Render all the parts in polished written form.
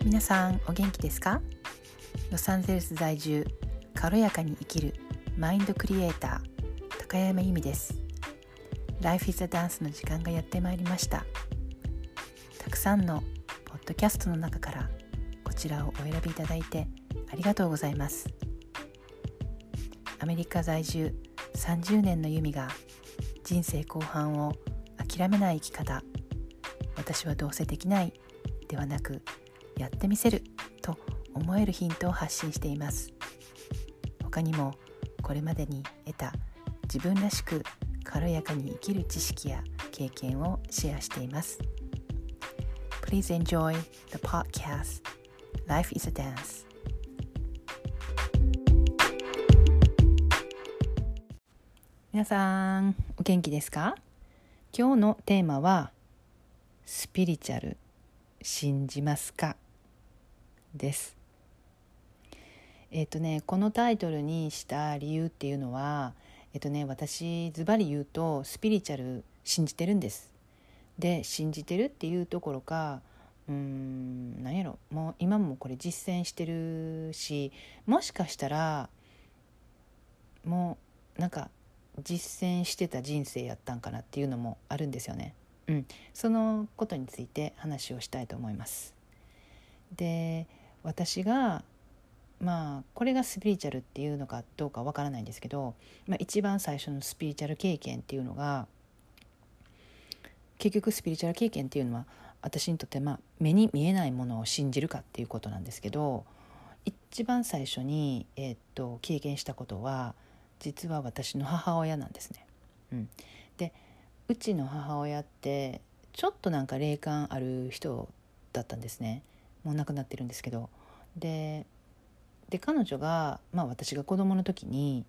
皆さんお元気ですか？ロサンゼルス在住、軽やかに生きるマインドクリエイター高山由美です。 Life is a Dance の時間がやってまいりました。たくさんのポッドキャストの中からこちらをお選びいただいてありがとうございます。アメリカ在住30年の由美が人生後半を諦めない生き方、私はどうせできないではなくやってみせると思えるヒントを発信しています。他にもこれまでに得た自分らしく軽やかに生きる知識や経験をシェアしています。 Please enjoy the podcast Life is a Dance。 皆さんお元気ですか？今日のテーマはスピリチュアル信じますかです。このタイトルにした理由っていうのは、私ズバリ言うとスピリチュアル信じてるんです。で、信じてるっていうところか、何やろ、もう今もこれ実践してるし、もしかしたらもうなんか実践してた人生やったんかなっていうのもあるんですよね。そのことについて話をしたいと思います。で、私がこれがスピリチュアルっていうのかどうかわからないんですけど、一番最初のスピリチュアル経験っていうのが、結局スピリチュアル経験っていうのは私にとって目に見えないものを信じるかっていうことなんですけど、一番最初に、経験したことは実は私の母親なんですね。で、うちの母親ってちょっとなんか霊感ある人だったんですね。もう亡くなってるんですけど、で彼女が、私が子供の時に、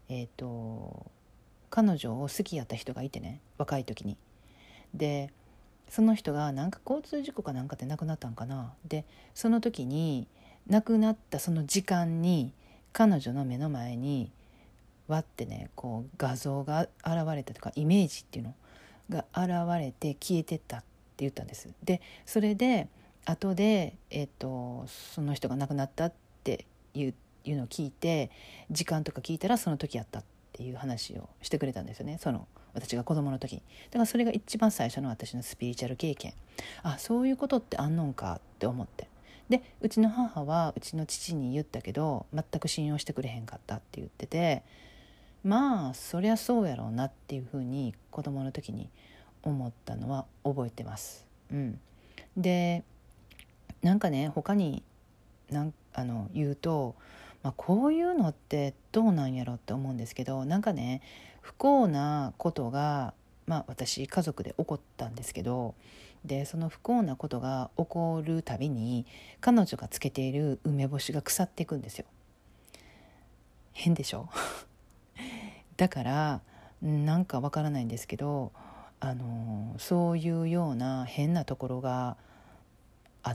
彼女を好きやった人がいてね、若い時に。でその人がなんか交通事故かなんかで亡くなったんかな。でその時に亡くなったその時間に彼女の目の前にわってね、こう画像が現れたとか、イメージっていうのが現れて消えてったって言ったんです。でそれで後で、その人が亡くなったっていうのを聞いて、時間とか聞いたらその時やったっていう話をしてくれたんですよね。その私が子供の時に。だからそれが一番最初の私のスピリチュアル経験。そういうことってあんのんかって思って。でうちの母はうちの父に言ったけど全く信用してくれへんかったって言ってて、そりゃそうやろうなっていうふうに子供の時に思ったのは覚えてます。でなんかね、他に言うと、こういうのってどうなんやろって思うんですけど、なんかね、不幸なことが、私家族で起こったんですけど、でその不幸なことが起こるたびに彼女がつけている梅干しが腐っていくんですよ。変でしょだからなんかわからないんですけど、そういうような変なところがあって、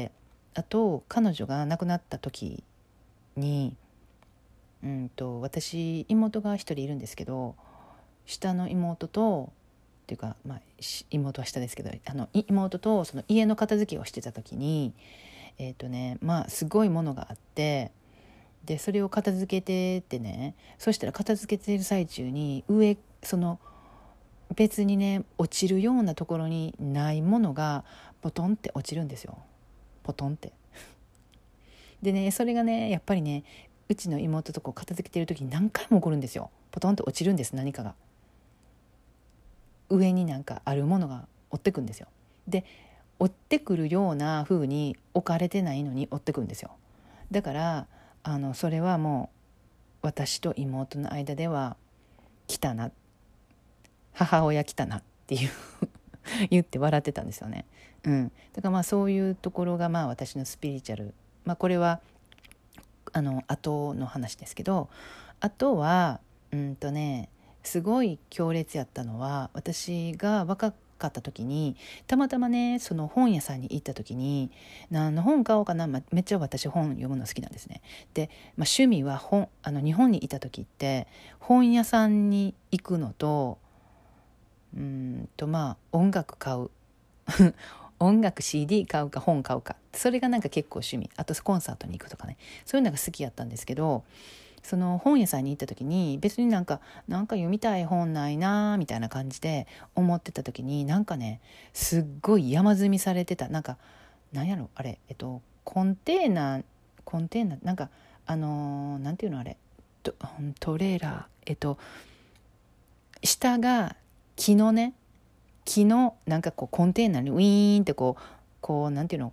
あと彼女が亡くなった時に、私妹が一人いるんですけど、下の妹とっていうか、妹は下ですけど、妹とその家の片付けをしてた時にすごいものがあって、でそれを片付けてってね、そしたら片付けてる最中にその別にね落ちるようなところにないものがポトンって落ちるんですよ。ポトンってでね、それがねやっぱりね、うちの妹とこう片付けてる時に何回も起こるんですよ。ポトンと落ちるんです。何かが上になんかあるものが落ってくんですよ。で落ってくるような風に置かれてないのに落ってくるんですよ。だからそれはもう私と妹の間では来たな、母親来たなっていう言って笑ってたんですよね。だからそういうところが私のスピリチュアル、これは後の話ですけど、あとはすごい強烈やったのは、私が若かった時にたまたまね、その本屋さんに行った時に何の本買おうかな、めっちゃ私本読むの好きなんですね。で、趣味は日本にいた時って本屋さんに行くのと音楽買う音楽 CD 買うか本買うか、それがなんか結構趣味。あとコンサートに行くとかね、そういうのが好きやったんですけど、その本屋さんに行った時に別になんか読みたい本ないなみたいな感じで思ってた時に、なんかねすっごい山積みされてた、なんやろあれ、コンテーナなんかなんていうのあれ、トレーラー、下が木のなんかこうコンテーナーにウィーンってこうなんていうの、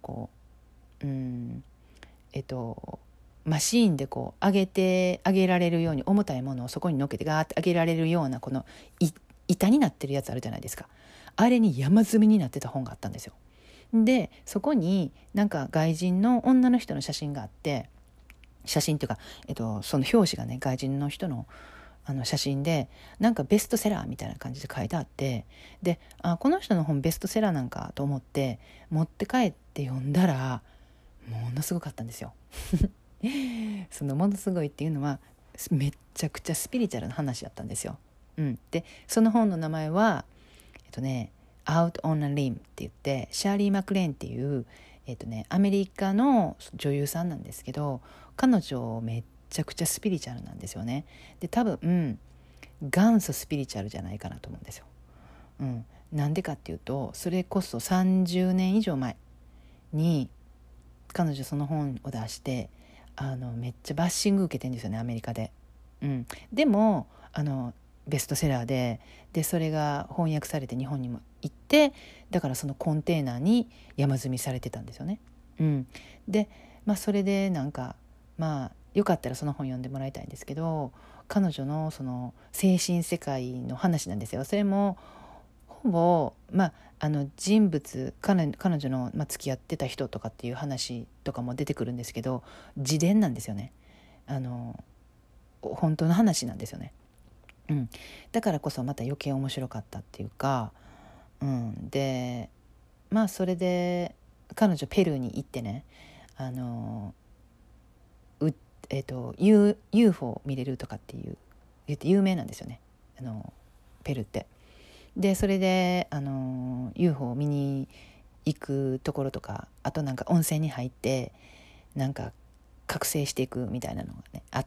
マシーンでこう上げられるように、重たいものをそこに乗っけてガーって上げられるようなこの板になってるやつあるじゃないですか。あれに山積みになってた本があったんですよ。でそこになんか外人の女の人の写真があって、写真っていうか、その表紙がね外人の人の写真で、なんかベストセラーみたいな感じで書いてあって、でこの人の本ベストセラーなんかと思って持って帰って読んだら、ものすごかったんですよ。そのものすごいっていうのはめっちゃくちゃスピリチュアルな話やったんですよ。でその本の名前はOut on a Limb って言って、シャーリー・マクレーンっていうアメリカの女優さんなんですけど、彼女めっちゃくちゃスピリチュアルなんですよね。で多分、元祖スピリチュアルじゃないかなと思うんですよ。なんでかっていうと、それこそ30年以上前に彼女その本を出して、めっちゃバッシング受けてるんですよね、アメリカで。でもベストセラーでそれが翻訳されて日本にも行って、だからそのコンテーナーに山積みされてたんですよね。でそれでなんかよかったらその本読んでもらいたいんですけど、彼女のその精神世界の話なんですよ。それもほぼ人物、彼女の、付き合ってた人とかっていう話とかも出てくるんですけど、自伝なんですよね。本当の話なんですよね。だからこそまた余計面白かったっていうか、でそれで彼女ペルーに行ってね、UFO 見れるとかって言って有名なんですよね、ペルーって。でそれでUFO を見に行くところとか、あとなんか温泉に入ってなんか覚醒していくみたいなのがねあって、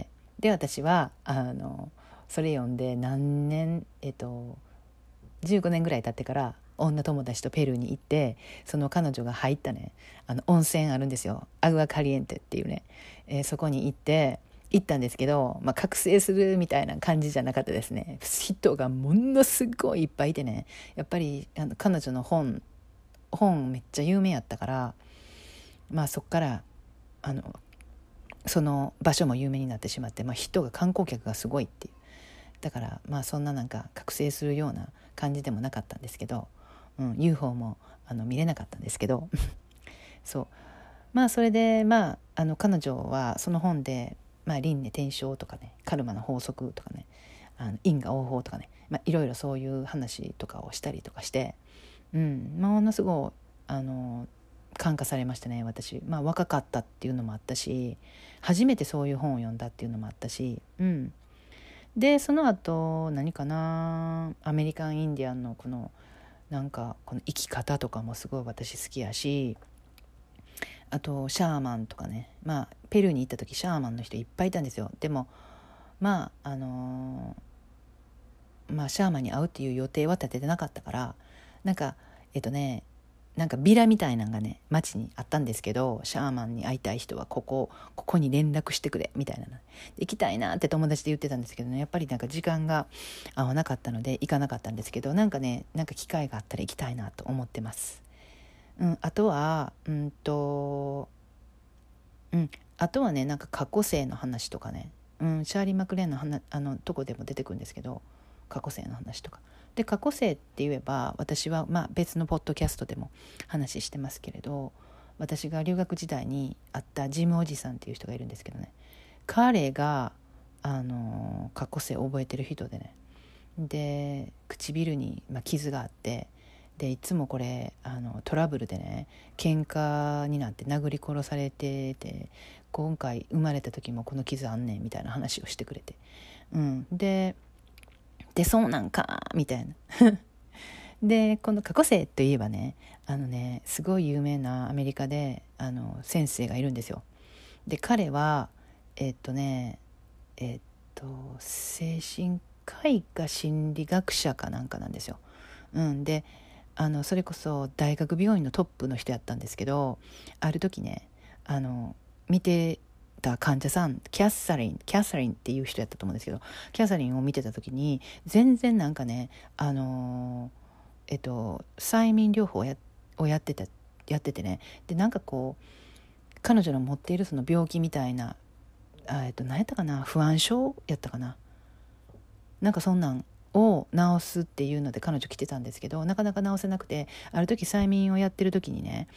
で私はそれ読んで何年15年ぐらい経ってから女友達とペルーに行って、その彼女が入ったね温泉あるんですよ、アグアカリエンテっていうね、そこに行ったんですけど、覚醒するみたいな感じじゃなかったですね。人がものすごいいっぱいいてね、やっぱり彼女の本めっちゃ有名やったから、そっからその場所も有名になってしまって、人が観光客がすごいっていう、だからそんななんか覚醒するような感じでもなかったんですけど、UFO も見れなかったんですけどそうそれで彼女はその本で輪廻転生とかね、カルマの法則とかね、因果応報とかね、いろいろそういう話とかをしたりとかして、ものすごい感化されましたね、私。若かったっていうのもあったし、初めてそういう本を読んだっていうのもあったし、でその後何かな、アメリカンインディアンのこの生き方とかもすごい私好きやし、あとシャーマンとかね、ペルーに行った時シャーマンの人いっぱいいたんですよ。でもシャーマンに会うっていう予定は立ててなかったから、なんかビラみたいなのがね街にあったんですけど、シャーマンに会いたい人はここに連絡してくれみたいな、行きたいなって友達で言ってたんですけどね、やっぱりなんか時間が合わなかったので行かなかったんですけど、なんか機会があったら行きたいなと思ってます。あとはあとはね、なんか過去世の話とかね、シャーリー・マクレーンのとこでも出てくるんですけど、過去世の話とかで、過去世って言えば私は別のポッドキャストでも話してますけれど、私が留学時代に会ったジムおじさんっていう人がいるんですけどね、彼が過去世を覚えてる人でね、で唇に傷があって、でいつもこれトラブルでね喧嘩になって殴り殺されてて、今回生まれた時もこの傷あんねんみたいな話をしてくれて、でそうなんかみたいなでこの過去生といえばねすごい有名なアメリカで先生がいるんですよ。で彼は精神科医か心理学者かなんかなんですよ。でそれこそ大学病院のトップの人やったんですけど、ある時ね見てた患者さんキャサリンっていう人やったと思うんですけど、キャサリンを見てた時に全然なんかね催眠療法をやっててね、でなんかこう彼女の持っているその病気みたいな何やったかな、不安症やったかな、なんかそんなんを治すっていうので彼女来てたんですけど、なかなか治せなくて、ある時催眠をやってる時にね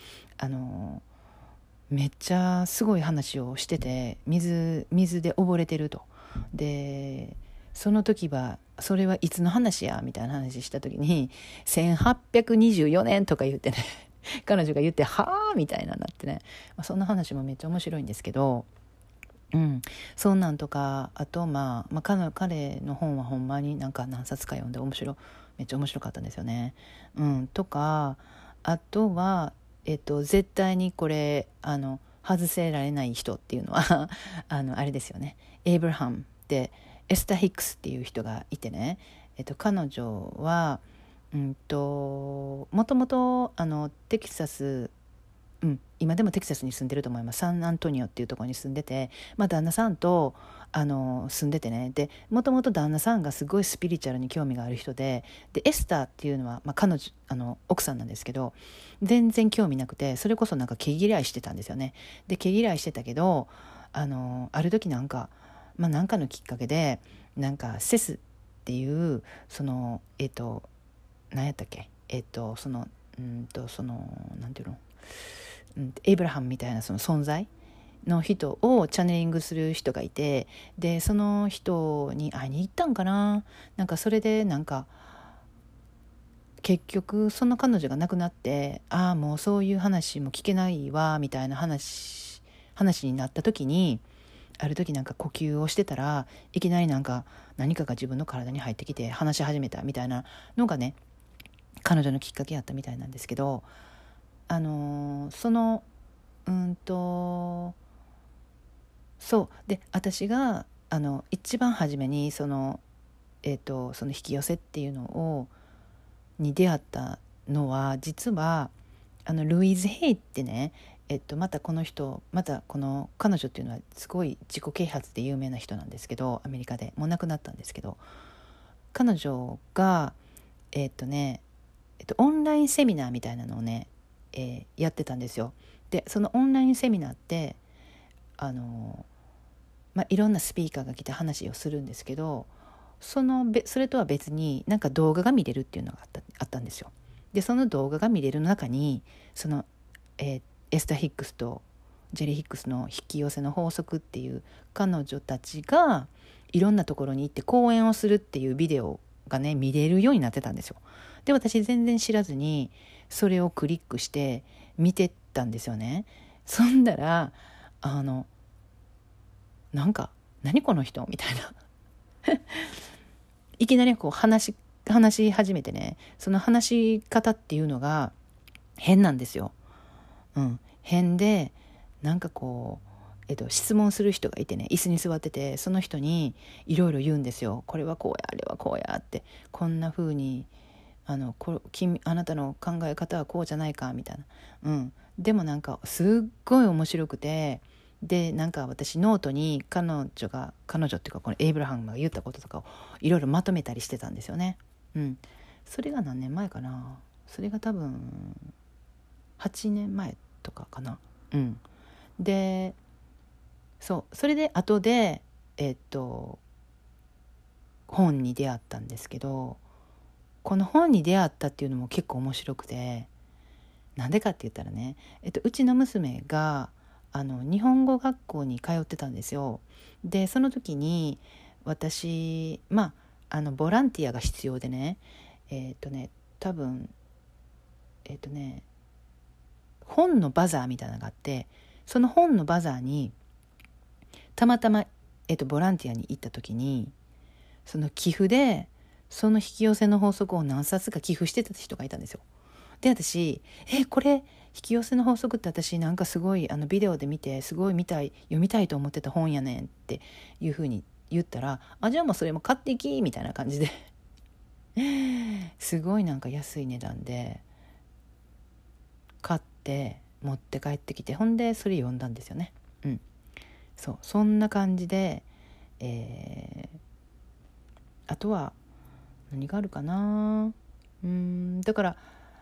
めっちゃすごい話をしてて、水で溺れてると。でその時はそれはいつの話やみたいな話した時に1824年とか言ってね彼女が言ってはあみたいななってね、そんな話もめっちゃ面白いんですけど、そんなんとか、あと彼の本はほんまになんか何冊か読んでめっちゃ面白かったんですよね。とかあとは絶対にこれ外せられない人っていうのはあれですよね、エイブラハムでエスター・ヒックスっていう人がいてね、彼女はもともとテキサス、今でもテキサスに住んでると思います。サンアントニオっていうところに住んでて、旦那さんと住んでてね、でもともと旦那さんがすごいスピリチュアルに興味がある人で、エスターっていうのは、彼女奥さんなんですけど全然興味なくて、それこそなんか毛嫌いしてたんですよね。で毛嫌いしてたけどある時なんかのきっかけでなんかセスっていうその何やったっけそのなんていうの、エイブラハムみたいなその存在の人をチャネリングする人がいて、でその人に会いに行ったんかな、なんかそれでなんか結局その彼女が亡くなって、もうそういう話も聞けないわみたいな話になった時に、ある時なんか呼吸をしてたらいきなりなんか何かが自分の体に入ってきて話し始めたみたいなのがね彼女のきっかけやったみたいなんですけど、そのそうで、私が一番初めにその引き寄せっていうのに出会ったのは、実はルイーズ・ヘイってね、またこの彼女っていうのはすごい自己啓発で有名な人なんですけど、アメリカでもう亡くなったんですけど、彼女がオンラインセミナーみたいなのをね、やってたんですよ。でそのオンラインセミナーっていろんなスピーカーが来て話をするんですけど、それとは別になんか動画が見れるっていうのがあったんですよ。でその動画が見れる中にその、エスター・ヒックスとジェリー・ヒックスの引き寄せの法則っていう彼女たちがいろんなところに行って講演をするっていうビデオがね見れるようになってたんですよ。で私全然知らずにそれをクリックして見てたんですよね。そんだらなんか何この人みたいないきなりこう話し始めてね、その話し方っていうのが変なんですよ。変でなんかこう質問する人がいてね、椅子に座ってて、その人にいろいろ言うんですよ。これはこうやあれはこうやって、こんな風にあなたの考え方はこうじゃないかみたいな。でもなんかすっごい面白くて、でなんか私ノートに彼女っていうかこのエイブラハムが言ったこととかをいろいろまとめたりしてたんですよね。それが何年前かな、それが多分8年前とかかな。でそれで後で本に出会ったんですけど、この本に出会ったっていうのも結構面白くて、なんでかって言ったらね、うちの娘が日本語学校に通ってたんですよ。でその時に私ボランティアが必要でね、多分本のバザーみたいなのがあって、その本のバザーにたまたまボランティアに行った時に、その寄付でその引き寄せの法則を何冊か寄付してた人がいたんですよ。で私これ引き寄せの法則って私なんかすごいビデオで見てすごい読みたいと思ってた本やねんっていうふうに言ったら、じゃあもうそれも買っていきみたいな感じですごいなんか安い値段で買って持って帰ってきて、ほんでそれ読んだんですよね。そんな感じで、あとは何があるかな。だから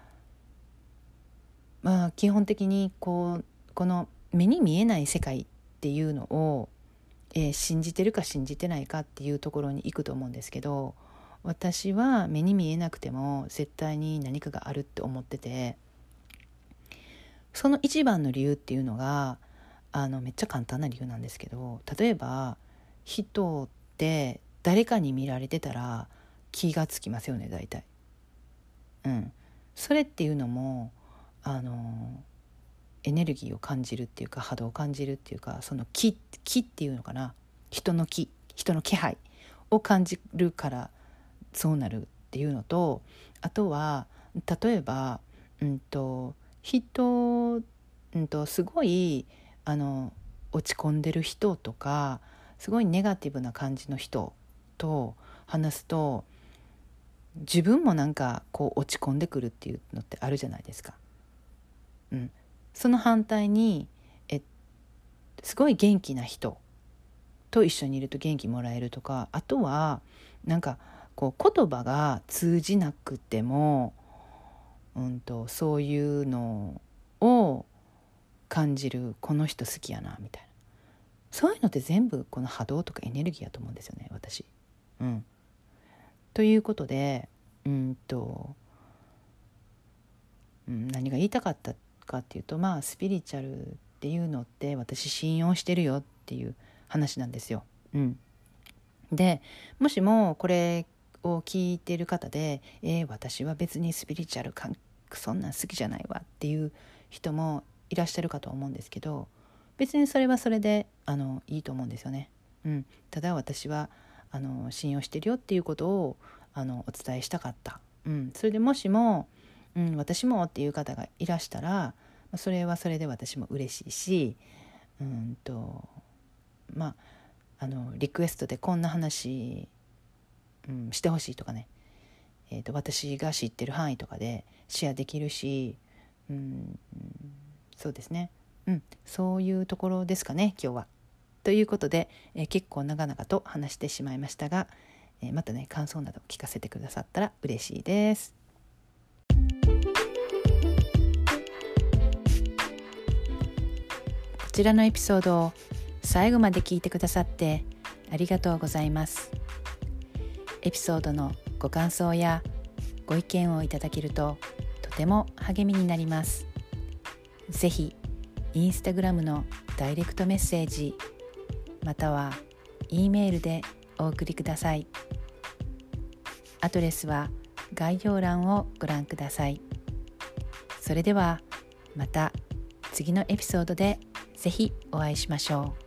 基本的にこの目に見えない世界っていうのを、信じてるか信じてないかっていうところに行くと思うんですけど、私は目に見えなくても絶対に何かがあるって思ってて、その一番の理由っていうのがめっちゃ簡単な理由なんですけど、例えば人って誰かに見られてたら気がつきますよね、大体。それっていうのもエネルギーを感じるっていうか波動を感じるっていうか、その気っていうのかな、人の気配を感じるからそうなるっていうのと、あとは例えばすごい落ち込んでる人とかすごいネガティブな感じの人と話すと、自分もなんかこう落ち込んでくるっていうのってあるじゃないですか。その反対にすごい元気な人と一緒にいると元気もらえるとか、あとはなんかこう言葉が通じなくても、そういうのを感じる、この人好きやなみたいな、そういうのって全部この波動とかエネルギーやと思うんですよね、私。ということで何が言いたかったかっていうと、スピリチュアルっていうのって私信用してるよっていう話なんですよ。でもしもこれを聞いてる方で、私は別にスピリチュアルそんなん好きじゃないわっていう人もいらっしゃるかと思うんですけど、別にそれはそれでいいと思うんですよね。ただ私は信用してるよっていうことをお伝えしたかった。それでもしも私もっていう方がいらしたら、それはそれで私も嬉しいし、リクエストでこんな話、してほしいとかね、私が知ってる範囲とかでシェアできるし、そうですね、そういうところですかね今日は。ということで、結構長々と話してしまいましたが、またね感想など聞かせてくださったら嬉しいです。こちらのエピソードを最後まで聞いてくださってありがとうございます。エピソードのご感想やご意見をいただけるととても励みになります。ぜひインスタグラムのダイレクトメッセージまたは E メールでお送りください。アドレスは概要欄をご覧ください。それではまた次のエピソードでぜひお会いしましょう。